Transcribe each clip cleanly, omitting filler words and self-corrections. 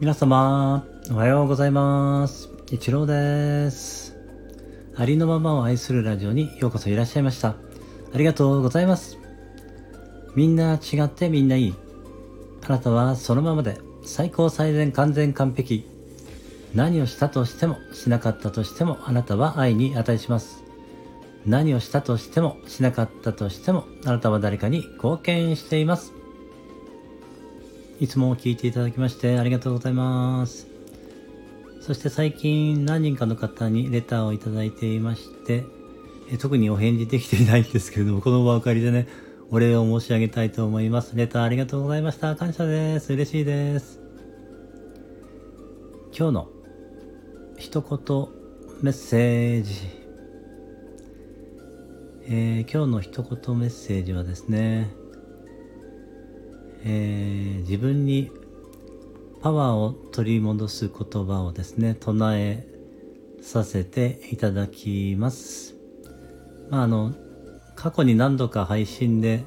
皆様、おはようございます。一郎です。ありのままを愛するラジオにようこそいらっしゃいました。ありがとうございます。みんな違ってみんないい。あなたはそのままで最高最善完全完璧。何をしたとしてもしなかったとしてもあなたは愛に値します。何をしたとしてもしなかったとしてもあなたは誰かに貢献しています。いつも聞いていただきましてありがとうございます。そして最近何人かの方にレターをいただいていまして、特にお返事できていないんですけれども、この場を借りてね、お礼を申し上げたいと思います。レターありがとうございました。感謝です。嬉しいです。今日の一言メッセージ。今日の一言メッセージはですね、自分にパワーを取り戻す言葉をですね、唱えさせていただきます。過去に何度か配信で、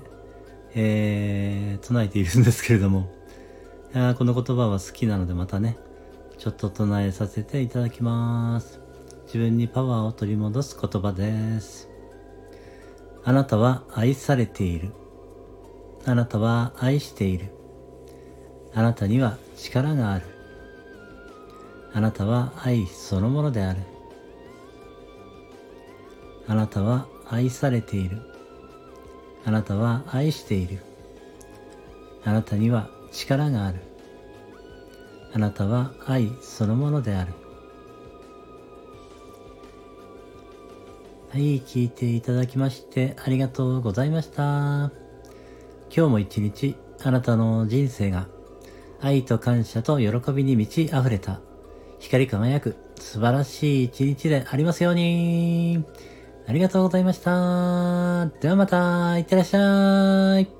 唱えているんですけれども、この言葉は好きなのでまたね、ちょっと唱えさせていただきます。自分にパワーを取り戻す言葉です。あなたは愛されている。あなたは愛している。あなたには力がある。あなたは愛そのものである。あなたは愛されている。あなたは愛している。あなたには力がある。あなたは愛そのものである。はい、聞いていただきましてありがとうございました。今日も一日あなたの人生が愛と感謝と喜びに満ち溢れた光り輝く素晴らしい一日でありますように。ありがとうございました。ではまた、いってらっしゃい。